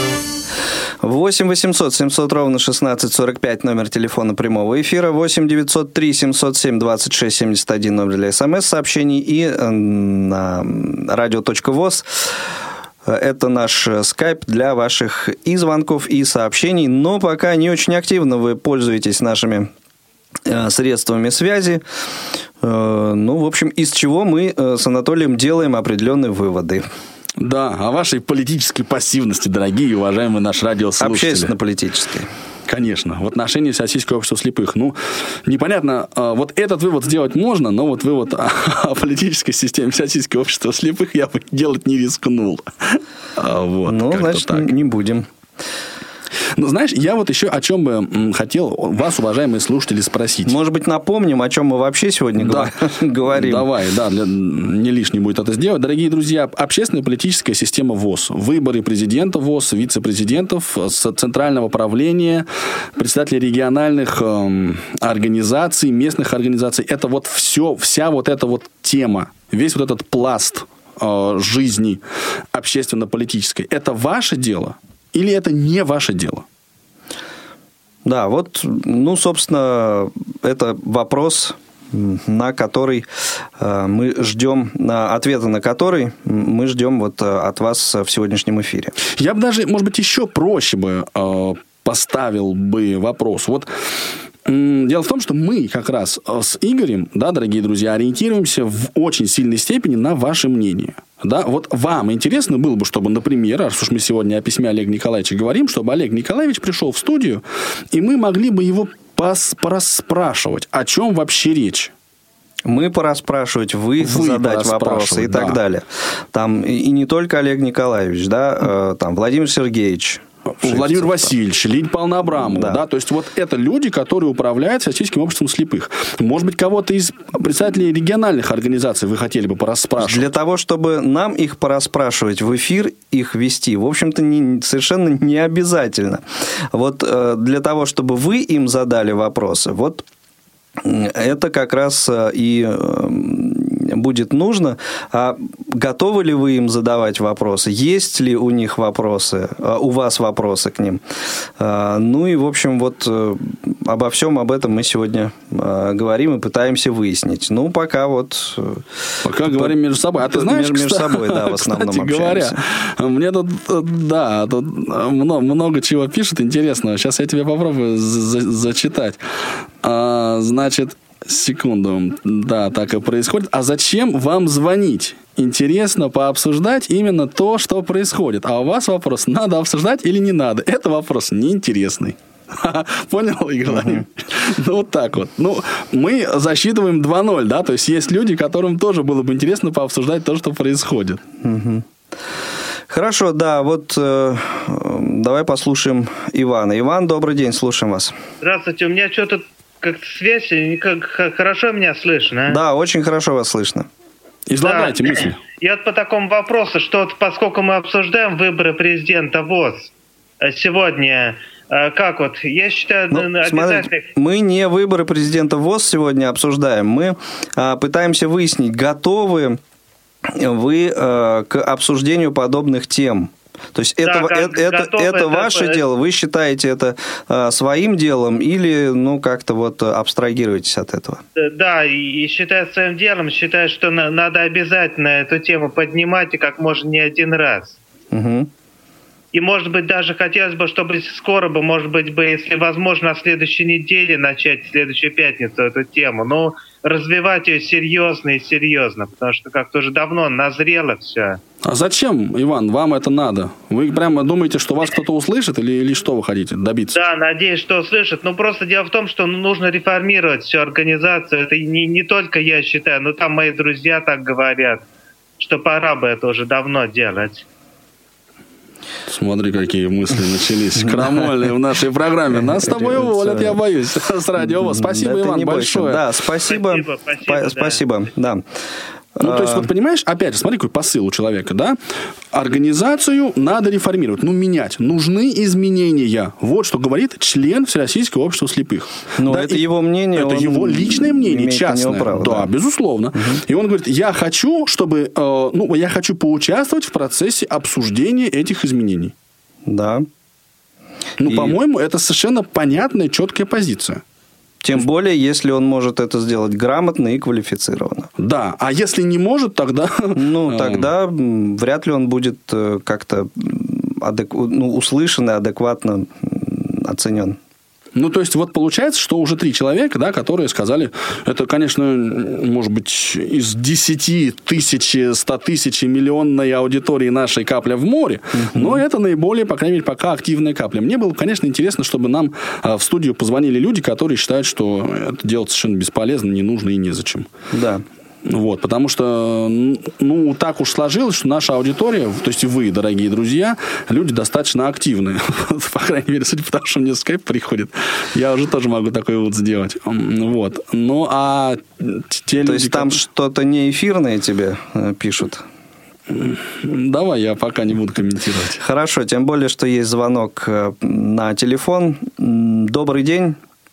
8 800 700 ровно 1645 номер телефона прямого эфира, 8 903 707 26 71 номер для смс-сообщений и на radio.voz. Это наш скайп для ваших и звонков, и сообщений, но пока не очень активно вы пользуетесь нашими средствами связи. В общем, из чего мы с Анатолием делаем определенные выводы. Да, о вашей политической пассивности, дорогие и уважаемые наши радиослушатели. Общественно-политической. Конечно, в отношении Всероссийского общества слепых. Непонятно, вот этот вывод сделать можно, но вот вывод о политической системе Всероссийского общества слепых я бы делать не рискнул. Значит, так. Не будем. Ну, знаешь, я вот еще о чем бы хотел вас, уважаемые слушатели, спросить. Может быть, напомним, о чем мы вообще сегодня говорим. Давай, да, не лишним будет это сделать. Дорогие друзья, общественная политическая система ВОС. Выборы президента ВОС, вице-президентов, центрального правления, председателей региональных организаций, местных организаций. Это вот все, вся вот эта вот тема, весь вот этот пласт жизни общественно-политической. Это ваше дело или это не ваше дело? Да, вот, собственно, это вопрос, на который мы ждем, ответа на который мы ждем вот от вас в сегодняшнем эфире. Я бы даже, может быть, еще проще бы поставил бы вопрос. Вот дело в том, что мы как раз с Игорем, да, дорогие друзья, ориентируемся в очень сильной степени на ваше мнение. Да, вот вам интересно было бы, чтобы, например, раз уж мы сегодня о письме Олега Николаевича говорим, чтобы Олег Николаевич пришел в студию, и мы могли бы его порасспрашивать, о чем вообще речь. Мы порасспрашивать, вы задать вопросы и так далее. Там и не только Олег Николаевич, да, там Владимир Сергеевич, Владимир Васильевич, Лидия Павловна Абрамова. Да. То есть, вот это люди, которые управляют Всероссийским обществом слепых. Может быть, кого-то из представителей региональных организаций вы хотели бы порасспрашивать? Для того, чтобы нам их порасспрашивать, в эфир их вести, в общем-то, совершенно не обязательно. Вот для того, чтобы вы им задали вопросы, вот это как раз и будет нужно. А готовы ли вы им задавать вопросы? Есть ли у них вопросы? У вас вопросы к ним? Ну и, в общем, вот обо всем об этом мы сегодня говорим и пытаемся выяснить. Ну, пока вот... Пока говорим между собой. А ты знаешь, между собой, да, в основном кстати общаемся. Говоря, мне тут много чего пишут интересного. Сейчас я тебе попробую зачитать. Значит... Секунду. Да, так и происходит. А зачем вам звонить? Интересно пообсуждать именно то, что происходит. А у вас вопрос, надо обсуждать или не надо? Это вопрос неинтересный. Понял, Игорь Владимирович? Ну, вот так вот. Ну, мы засчитываем 2-0, да? То есть, есть люди, которым тоже было бы интересно пообсуждать то, что происходит. Хорошо, да, вот давай послушаем Ивана. Иван, добрый день, слушаем вас. Здравствуйте, у меня что-то как-то связь, хорошо меня слышно? Да, очень хорошо вас слышно. Излагайте мысли. И вот по такому вопросу, что вот, поскольку мы обсуждаем выборы президента ВОС сегодня, как вот, я считаю, обязательно... Смотрите, мы не выборы президента ВОС сегодня обсуждаем, мы пытаемся выяснить, готовы вы к обсуждению подобных тем. То есть это ваше дело, вы считаете это своим делом или, как-то вот абстрагируетесь от этого? Да, и считаю своим делом, считаю, что надо обязательно эту тему поднимать и как можно не один раз. Угу. И, может быть, даже хотелось бы, чтобы скоро бы, может быть, если возможно, на следующей неделе начать, в следующую пятницу эту тему. Но развивать ее серьезно, потому что как-то уже давно назрело все. А зачем, Иван, вам это надо? Вы прямо думаете, что вас кто-то услышит или что вы хотите добиться? Да, надеюсь, что услышит. Но просто дело в том, что нужно реформировать всю организацию. Это не только я считаю, но там мои друзья так говорят, что пора бы это уже давно делать. Смотри, какие мысли начались крамольные в нашей программе. Нас с тобой уволят, я боюсь, с радио. Спасибо, Иван, большое. Да, спасибо. Да. Ну, то есть, вот понимаешь, опять же, смотри, какой посыл у человека, да? Организацию надо реформировать, менять. Нужны изменения. Вот что говорит член Всероссийского общества слепых. Но да, это его мнение. Это его личное мнение, частное. Право, да, безусловно. Угу. И он говорит, я хочу, чтобы... я хочу поучаствовать в процессе обсуждения этих изменений. Да. По-моему, это совершенно понятная, четкая позиция. Тем более, если он может это сделать грамотно и квалифицированно. Да, а если не может, тогда... Тогда вряд ли он будет как-то услышан и адекватно оценен. То есть, вот получается, что уже 3 человека, да, которые сказали, это, конечно, может быть, из 10 тысяч, 100 тысяч миллионной аудитории нашей капля в море, но это наиболее, по крайней мере, пока активная капля. Мне было, конечно, интересно, чтобы нам в студию позвонили люди, которые считают, что это делать совершенно бесполезно, не нужно и незачем. Да. Вот, потому что, ну, так уж сложилось, что наша аудитория, то есть вы, дорогие друзья, люди достаточно активные. По крайней мере, судя по тому, что мне скайп приходит, я уже тоже могу такой вывод сделать. Вот. Ну, а те люди... То есть там что-то не эфирное тебе пишут? Давай, я пока не буду комментировать. Хорошо, тем более, что есть звонок на телефон. Добрый день.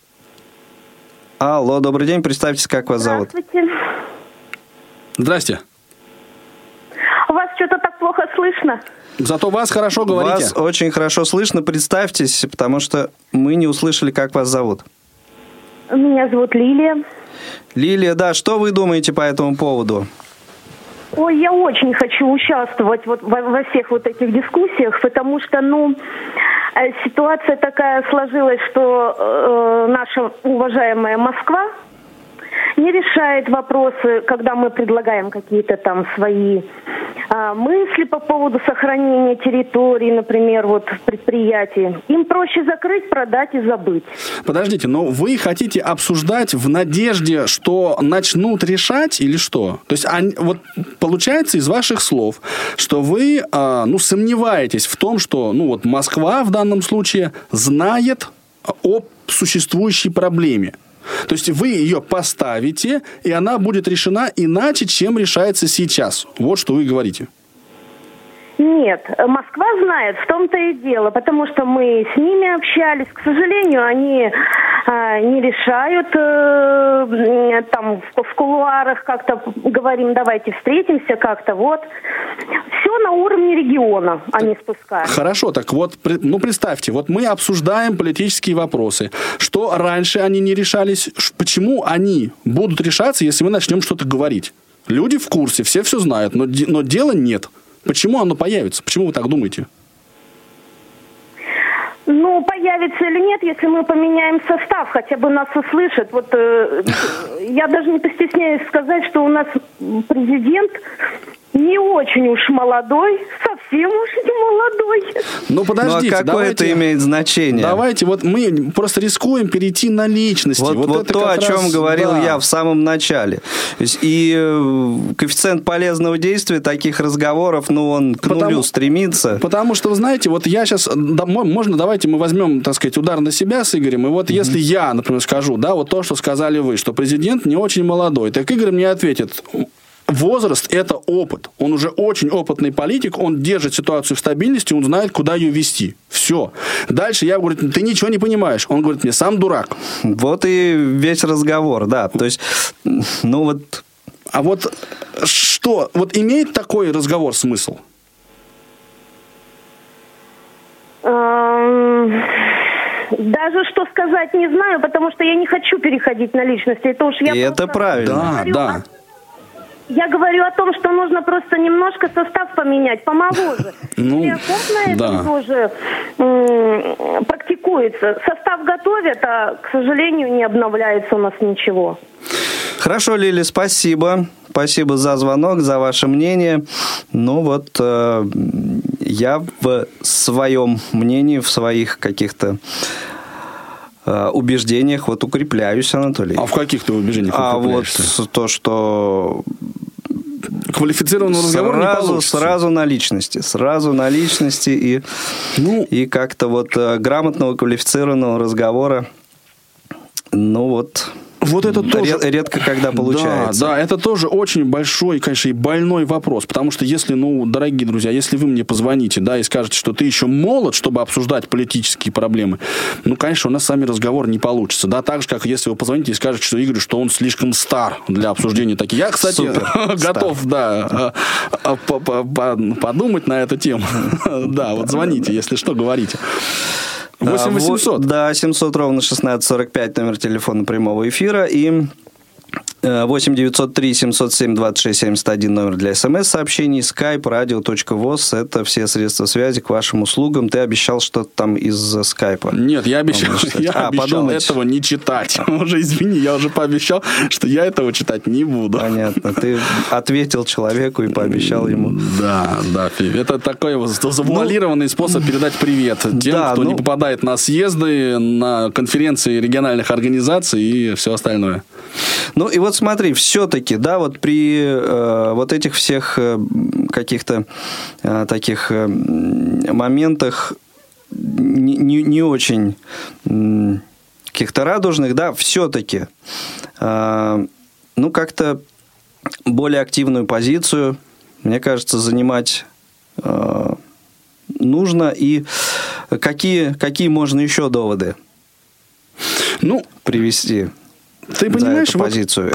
Алло, добрый день. Представьтесь, как вас зовут. Здравствуйте. Здрасте. Вас что-то так плохо слышно. Зато вас хорошо говорите. Вас очень хорошо слышно. Представьтесь, потому что мы не услышали, как вас зовут. Меня зовут Лилия. Лилия, да, что вы думаете по этому поводу? Ой, я очень хочу участвовать вот во всех вот этих дискуссиях, потому что, ситуация такая сложилась, что наша уважаемая Москва не решает вопросы, когда мы предлагаем какие-то там свои мысли по поводу сохранения территории, например, вот предприятий. Им проще закрыть, продать и забыть. Подождите, но вы хотите обсуждать в надежде, что начнут решать или что? То есть вот получается из ваших слов, что вы сомневаетесь в том, что Москва в данном случае знает о существующей проблеме. То есть вы ее поставите, и она будет решена иначе, чем решается сейчас. Вот что вы говорите. Нет, Москва знает, в том-то и дело, потому что мы с ними общались. К сожалению, они не решают, там в кулуарах как-то говорим, давайте встретимся как-то, вот. Все на уровне региона они спускают. Хорошо, так вот, представьте, вот мы обсуждаем политические вопросы. Что раньше они не решались? Почему они будут решаться, если мы начнем что-то говорить? Люди в курсе, все знают, но дела нет. Почему оно появится? Почему вы так думаете? Появится или нет, если мы поменяем состав, хотя бы нас услышат. Вот я даже не постесняюсь сказать, что у нас президент не очень уж молодой, совсем уж не молодой. Подождите, а какое это имеет значение? Давайте, вот мы просто рискуем перейти на личности. Вот то, о чем говорил я в самом начале. То есть, и коэффициент полезного действия таких разговоров, он к нулю стремится. Потому что, вы знаете, вот я сейчас, давайте мы возьмем, так сказать, удар на себя с Игорем, и вот если я, например, скажу, вот то, что сказали вы, что президент не очень молодой, так Игорь мне ответит: возраст – это опыт. Он уже очень опытный политик, он держит ситуацию в стабильности, он знает, куда ее вести. Все. Дальше я говорю: ты ничего не понимаешь. Он говорит мне: сам дурак. Вот и весь разговор, да. То есть, А вот что? Вот имеет такой разговор смысл? Даже что сказать не знаю, потому что я не хочу переходить на личности. Это правильно. Да. Я говорю о том, что нужно просто немножко состав поменять, помоложе. И охотно это тоже практикуется. Состав готовят, а, к сожалению, не обновляется у нас ничего. Хорошо, Лили, спасибо. Спасибо за звонок, за ваше мнение. Я в своем мнении, в своих каких-то убеждениях укрепляюсь, Анатолий. А в каких ты убеждениях укрепляешься? То, что квалифицированного разговора не получится. Сразу на личности и как-то грамотного квалифицированного разговора, Вот это тоже редко когда получается. Да, это тоже очень большой, конечно, и больной вопрос. Потому что если, дорогие друзья, если вы мне позвоните, и скажете, что ты еще молод, чтобы обсуждать политические проблемы, конечно, у нас с вами разговор не получится. Да, так же, как если вы позвоните и скажете, что Игорь, что он слишком стар для обсуждения таких. Я, кстати, готов, подумать на эту тему. Да, вот звоните, если что, говорите. 8 800. Да, 700 ровно 1645, номер телефона прямого эфира. И 8 903 707 26 71, номер для смс-сообщений. Skype, radio.voz. Это все средства связи к вашим услугам. Ты обещал что-то там из скайпа. Нет, я обещал этого не читать. Уже извини, я уже пообещал, что я этого читать не буду. Понятно. Ты ответил человеку и пообещал ему. Да. Это такой завуалированный способ передать привет тем, кто не попадает на съезды, на конференции региональных организаций и все остальное. И вот смотри, все-таки, да, вот при вот этих всех каких-то таких моментах не очень каких-то радужных, да, все-таки, ну, как-то более активную позицию, мне кажется, занимать нужно. И какие можно еще доводы привести? Ты понимаешь, эту позицию.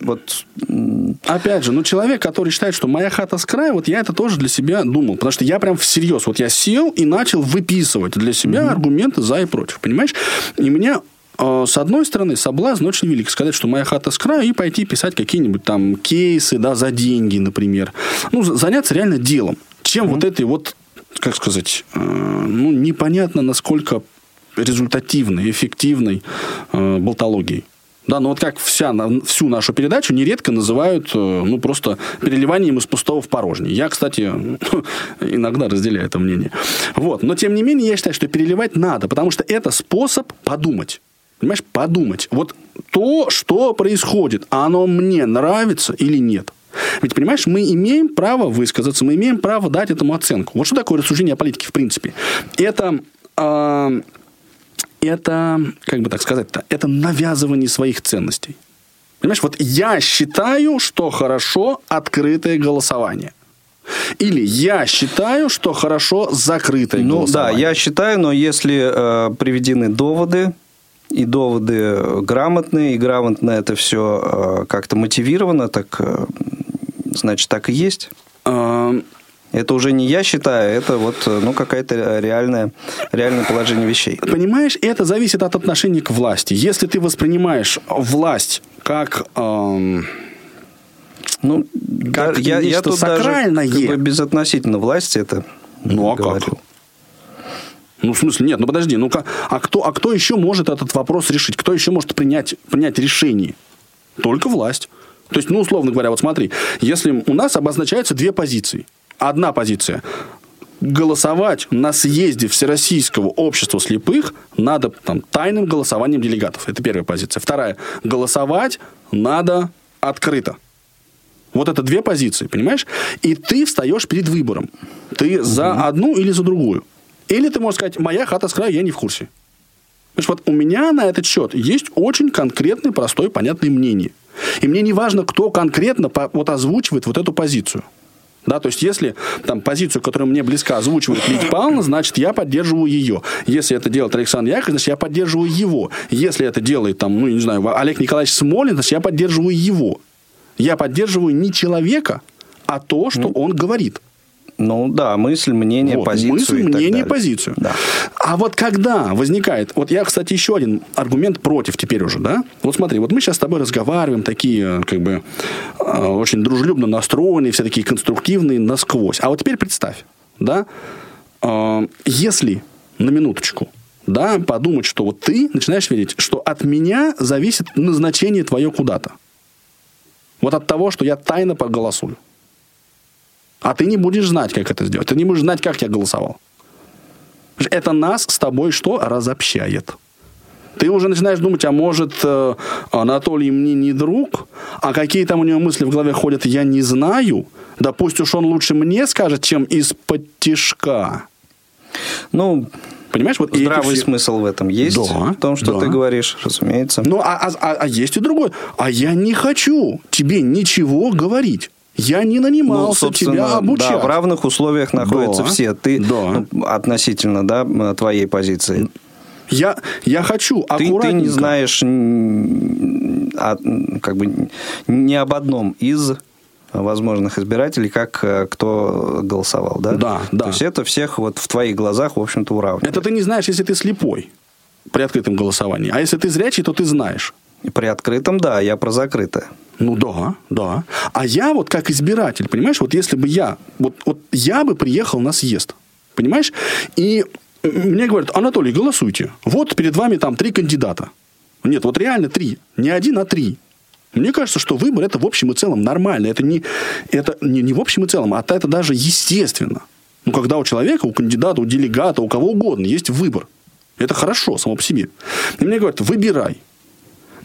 Опять же, человек, который считает, что моя хата с краю, вот я это тоже для себя думал. Потому что я прям всерьез, вот я сел и начал выписывать для себя аргументы за и против. Понимаешь? И меня, с одной стороны, соблазн очень велик. Сказать, что моя хата с краю, и пойти писать какие-нибудь там кейсы, да, за деньги, например. Заняться реально делом. Чем вот этой вот, как сказать, непонятно, насколько результативной, эффективной болтологией. Да, вот как всю нашу передачу нередко называют просто переливанием из пустого в порожнее. Я, кстати, иногда разделяю это мнение. Вот. Но, тем не менее, я считаю, что переливать надо, потому что это способ подумать. Понимаешь, подумать. Вот то, что происходит, оно мне нравится или нет. Ведь, понимаешь, мы имеем право высказаться, мы имеем право дать этому оценку. Вот что такое рассуждение о политике в принципе? Это, как бы так сказать-то, это навязывание своих ценностей. Понимаешь, вот я считаю, что хорошо открытое голосование. Или я считаю, что хорошо закрытое голосование. Да, я считаю, но если приведены доводы, и доводы грамотные, и грамотно это все как-то мотивировано, так значит, так и есть. Это уже не я считаю, это вот, какое-то реальное положение вещей. Понимаешь, это зависит от отношения к власти. Если ты воспринимаешь власть как я тут сакральное. Даже безотносительно власти это говорил. Как? В смысле, нет, подожди, а кто еще может этот вопрос решить? Кто еще может принять решение? Только власть. То есть, условно говоря, вот смотри, если у нас обозначаются две позиции. Одна позиция. Голосовать на съезде Всероссийского общества слепых надо тайным голосованием делегатов. Это первая позиция. Вторая. Голосовать надо открыто. Вот это две позиции, понимаешь? И ты встаешь перед выбором. Ты за одну или за другую. Или ты можешь сказать, моя хата с краю, я не в курсе. Понимаешь, вот у меня на этот счет есть очень конкретное, простое, понятное мнение. И мне не важно, кто конкретно озвучивает вот эту позицию. Да, то есть, если позицию, которая мне близка, озвучивает Лидия Павловна, значит, я поддерживаю ее. Если это делает Александр Яковлевич, значит, я поддерживаю его. Если это делает, Олег Николаевич Смолин, значит, я поддерживаю его. Я поддерживаю не человека, а то, что он говорит. Мысль, мнение, позицию. Мысль, мнение, позицию. Да. А вот когда возникает... Вот я, кстати, еще один аргумент против теперь уже, да? Вот смотри, вот мы сейчас с тобой разговариваем, такие, очень дружелюбно настроенные, все такие конструктивные насквозь. А вот теперь представь, да? Если, на минуточку, да, подумать, что вот ты начинаешь верить, что от меня зависит назначение твое куда-то. Вот от того, что я тайно проголосую. А ты не будешь знать, как это сделать. Ты не будешь знать, как я голосовал. Это нас с тобой что? Разобщает. Ты уже начинаешь думать, а может, Анатолий мне не друг? А какие там у него мысли в голове ходят, я не знаю. Да пусть уж он лучше мне скажет, чем из-под тишка. Понимаешь, вот здравый смысл в этом есть, в том, что ты говоришь, разумеется. А есть и другой. А я не хочу тебе ничего говорить. Я не нанимался тебя обучать. Да, в равных условиях находятся все. Ты относительно твоей позиции. Я хочу аккуратненько. Ты не знаешь ни об одном из возможных избирателей, как кто голосовал, да? Да. То есть это всех в твоих глазах, в общем-то, уравнивает. Это ты не знаешь, если ты слепой при открытом голосовании. А если ты зрячий, то ты знаешь. При открытом, да, я про закрытое. Да. А я как избиратель, понимаешь, если бы я бы приехал на съезд, понимаешь, и мне говорят, Анатолий, голосуйте. Вот перед вами 3 кандидата. Нет, реально 3. Не 1, а 3. Мне кажется, что выбор это в общем и целом нормально. Это не в общем и целом, а это даже естественно. Когда у человека, у кандидата, у делегата, у кого угодно есть выбор. Это хорошо само по себе. И мне говорят, выбирай.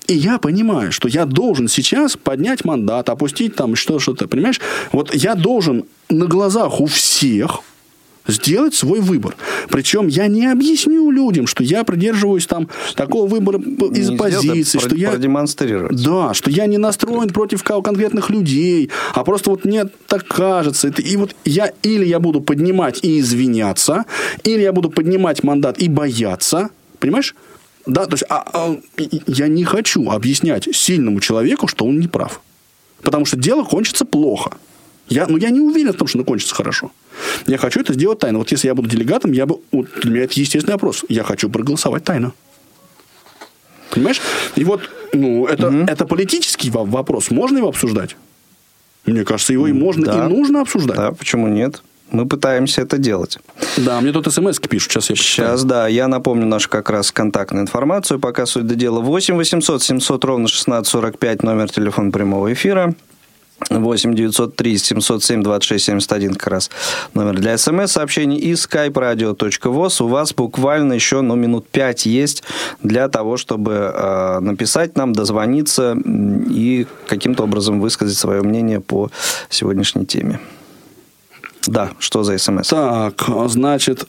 И я понимаю, что я должен сейчас поднять мандат, опустить там что-то, понимаешь? Вот я должен на глазах у всех сделать свой выбор. Причем я не объясню людям, что я придерживаюсь там такого выбора из позиции, что я... Продемонстрировать. Да, что я не настроен против конкретных людей, а просто вот мне так кажется. И вот я или я буду поднимать и извиняться, или я буду поднимать мандат и бояться. Понимаешь? Да, то есть я не хочу объяснять сильному человеку, что он не прав. Потому что дело кончится плохо. Я не уверен в том, что оно кончится хорошо. Я хочу это сделать тайно. Вот если я буду делегатом, для меня это естественный вопрос. Я хочу проголосовать тайно. Понимаешь? И вот это политический вопрос. Можно его обсуждать? Мне кажется, его и можно, и нужно обсуждать. Да, почему нет? Мы пытаемся это делать. Да, мне тут смс-ки пишут. Сейчас, да. Я напомню нашу как раз контактную информацию. Пока суть до дела. 8 800 700 ровно 1645 номер телефона прямого эфира. 8 903 707 26 71 как раз номер для смс-сообщений и skype-radio.voz. У вас буквально еще минут 5 есть для того, чтобы написать нам, дозвониться и каким-то образом высказать свое мнение по сегодняшней теме. Да, что за смс? Так, значит,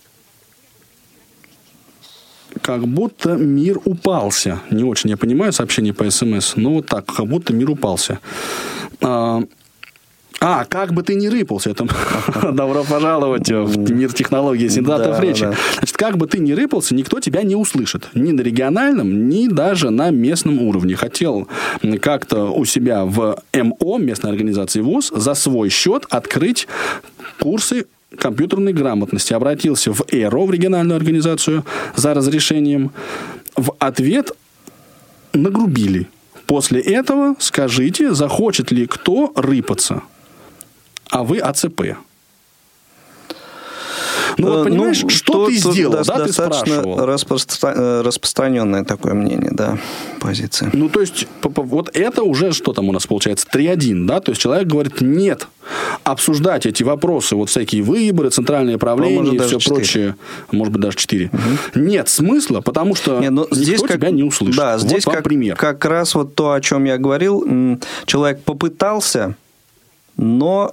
как будто мир упался. Не очень я понимаю сообщение по смс, но вот так, как будто мир упался. Как бы ты ни рыпался. Это добро пожаловать в мир технологий синтезаторов речи. Да. Значит, как бы ты ни рыпался, никто тебя не услышит. Ни на региональном, ни даже на местном уровне. Хотел как-то у себя в МО, местной организации ВУЗ, за свой счет открыть курсы компьютерной грамотности. Обратился в ЭРО, в региональную организацию, за разрешением. В ответ нагрубили. После этого скажите, захочет ли кто рыпаться. А вы АЦП. Понимаешь, что ты сделал? Да, достаточно ты спрашивал. Распространенное такое мнение, да, позиция. То есть, вот это уже, что там у нас получается, 3-1, да? То есть, человек говорит, нет, обсуждать эти вопросы, вот всякие выборы, центральное правление и все 4. Прочее, может быть, даже 4. Угу. Нет смысла, потому что никто тебя не услышит. Да, вот здесь пример. Как раз вот то, о чем я говорил, человек попытался, но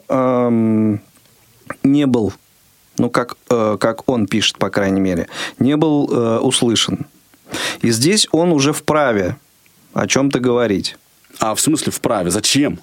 не был... как он пишет, по крайней мере, не был услышан. И здесь он уже вправе о чем-то говорить. А в смысле вправе? Зачем?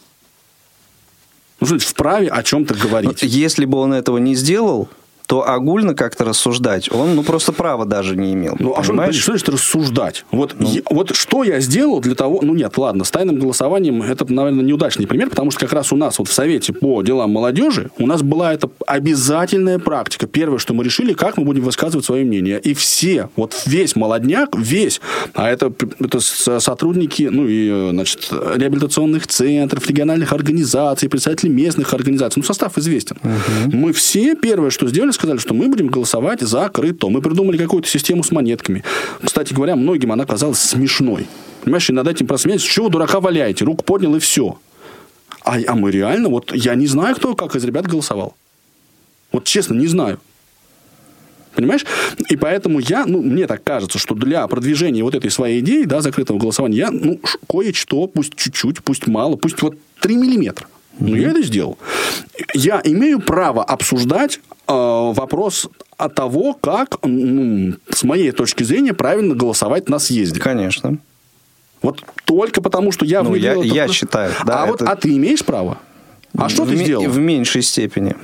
Вправе о чем-то говорить. Если бы он этого не сделал, то огульно как-то рассуждать он просто права даже не имел. Что значит рассуждать? Вот что я сделал для того... Нет, ладно, с тайным голосованием это, наверное, неудачный пример, потому что как раз у нас вот в Совете по делам молодежи у нас была эта обязательная практика. Первое, что мы решили, как мы будем высказывать свое мнение. И все, весь молодняк, а это сотрудники, реабилитационных центров, региональных организаций, представители местных организаций. Состав известен. Угу. Мы все первое, что сделали, сказали, что мы будем голосовать закрыто. Мы придумали какую-то систему с монетками. Кстати говоря, многим она казалась смешной. Понимаешь, и над этим просто смеялись. Чего вы дурака валяете? Руку поднял и все. А мы реально, я не знаю, кто как из ребят голосовал. Честно, не знаю. Понимаешь? И поэтому мне так кажется, что для продвижения вот этой своей идеи, да, закрытого голосования, я, кое-что, пусть чуть-чуть, пусть мало, пусть 3 миллиметра. Я это сделал. Я имею право обсуждать вопрос от того, как, с моей точки зрения, правильно голосовать на съезде. Конечно. Только потому, что я выиграл... Я считаю. Да, а ты имеешь право? А что ты сделал? В меньшей степени.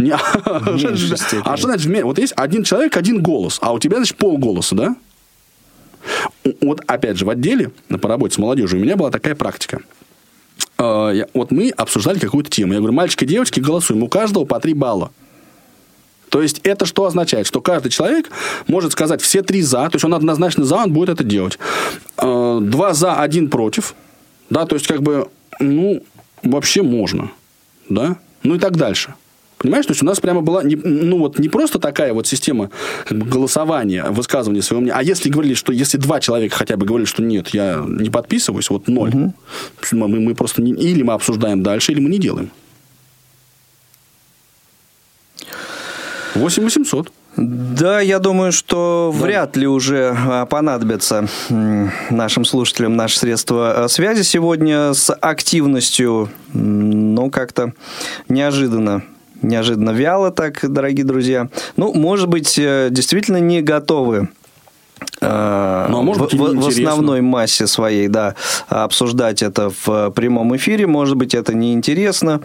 А что значит? Вот есть один человек, один голос, а у тебя, значит, полголоса, да? Опять же, в отделе по работе с молодежью у меня была такая практика. Мы обсуждали какую-то тему. Я говорю, мальчики и девочки, голосуем. У каждого по 3 балла. То есть, это что означает? Что каждый человек может сказать все 3 за. То есть, он однозначно за, он будет это делать. 2 за, 1 против. Да, то есть, вообще можно. Да? И так дальше. Понимаешь? То есть, у нас прямо была не просто такая система голосования, высказывания своего мнения. А если говорили, что если 2 человека хотя бы говорили, что нет, я не подписываюсь, 0. Угу. Мы просто или мы обсуждаем дальше, или мы не делаем. 8 800. Да, я думаю, что вряд ли уже понадобятся нашим слушателям наши средства связи сегодня с активностью, как-то неожиданно вяло так, дорогие друзья. Может быть, действительно не готовы в основной массе своей, обсуждать это в прямом эфире. Может быть, это неинтересно.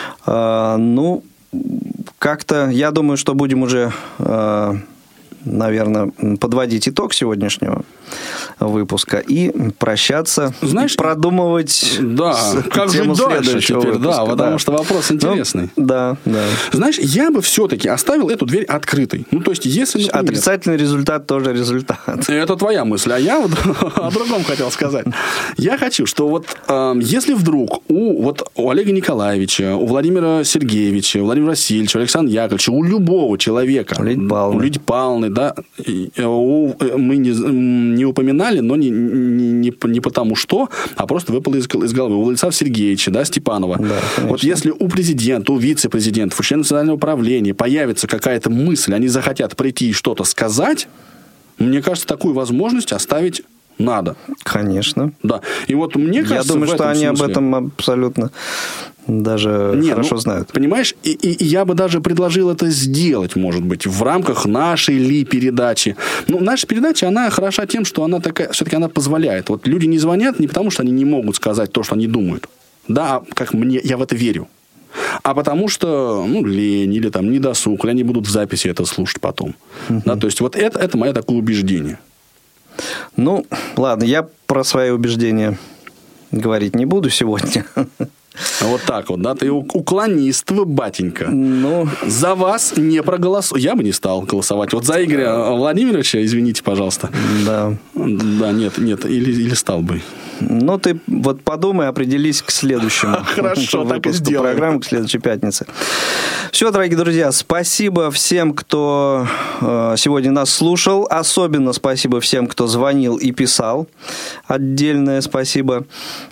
Как-то, я думаю, что будем уже, наверное, подводить итог сегодняшнего выпуска и прощаться, и продумывать как тему же дальше следующего теперь, выпуска. Потому что вопрос интересный. Знаешь, я бы все-таки оставил эту дверь открытой. То есть, если... Отрицательный результат тоже результат. Это твоя мысль, а я о другом хотел сказать. Я хочу, что если вдруг у Олега Николаевича, у Владимира Сергеевича, у Владимира Васильевича, у Александра Яковлевича, у любого человека, у Лидии Павловны, мы не упоминали, но не потому что, а просто выпало из головы. У Владислава Сергеевича, Степанова. Если у президента, у вице-президентов, у членов национального управления появится какая-то мысль, они захотят прийти и что-то сказать, мне кажется, такую возможность оставить надо. Конечно. Да. И мне кажется, я думаю, что они об этом абсолютно даже хорошо знают. Понимаешь, и я бы даже предложил это сделать, может быть, в рамках нашей передачи. Наша передача, она хороша тем, что она такая, все-таки она позволяет. Люди не звонят не потому, что они не могут сказать то, что они думают. Да, как мне, я в это верю. А потому что, лень или недосуг, или они будут в записи это слушать потом. Да, то есть, это мое такое убеждение. Ладно, я про свои убеждения говорить не буду сегодня. Вот так ты уклонист вы, батенька. За вас не проголосую. Я бы не стал голосовать. За Игоря Владимировича, извините, пожалуйста. Да. Да, нет, или стал бы. Ты подумай, определись к следующему. Хорошо, так и сделаем. Программы к следующей пятнице. Все, дорогие друзья, спасибо всем, кто сегодня нас слушал. Особенно спасибо всем, кто звонил и писал. Отдельное спасибо.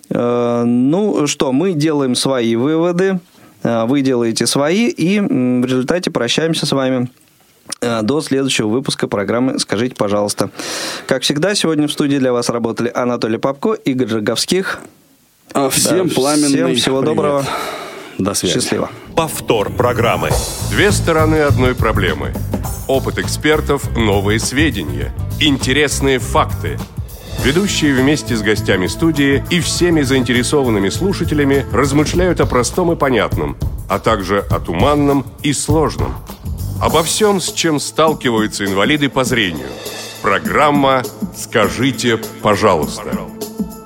Мы делаем свои выводы, вы делаете свои, и в результате прощаемся с вами до следующего выпуска программы «Скажите, пожалуйста». Как всегда, сегодня в студии для вас работали Анатолий Попко, Игорь Роговских. Всем пламенный Всем всего доброго. До связи. Счастливо. Повтор программы. Две стороны одной проблемы. Опыт экспертов, новые сведения, интересные факты. Ведущие вместе с гостями студии и всеми заинтересованными слушателями размышляют о простом и понятном, а также о туманном и сложном. Обо всем, с чем сталкиваются инвалиды по зрению. Программа «Скажите, пожалуйста».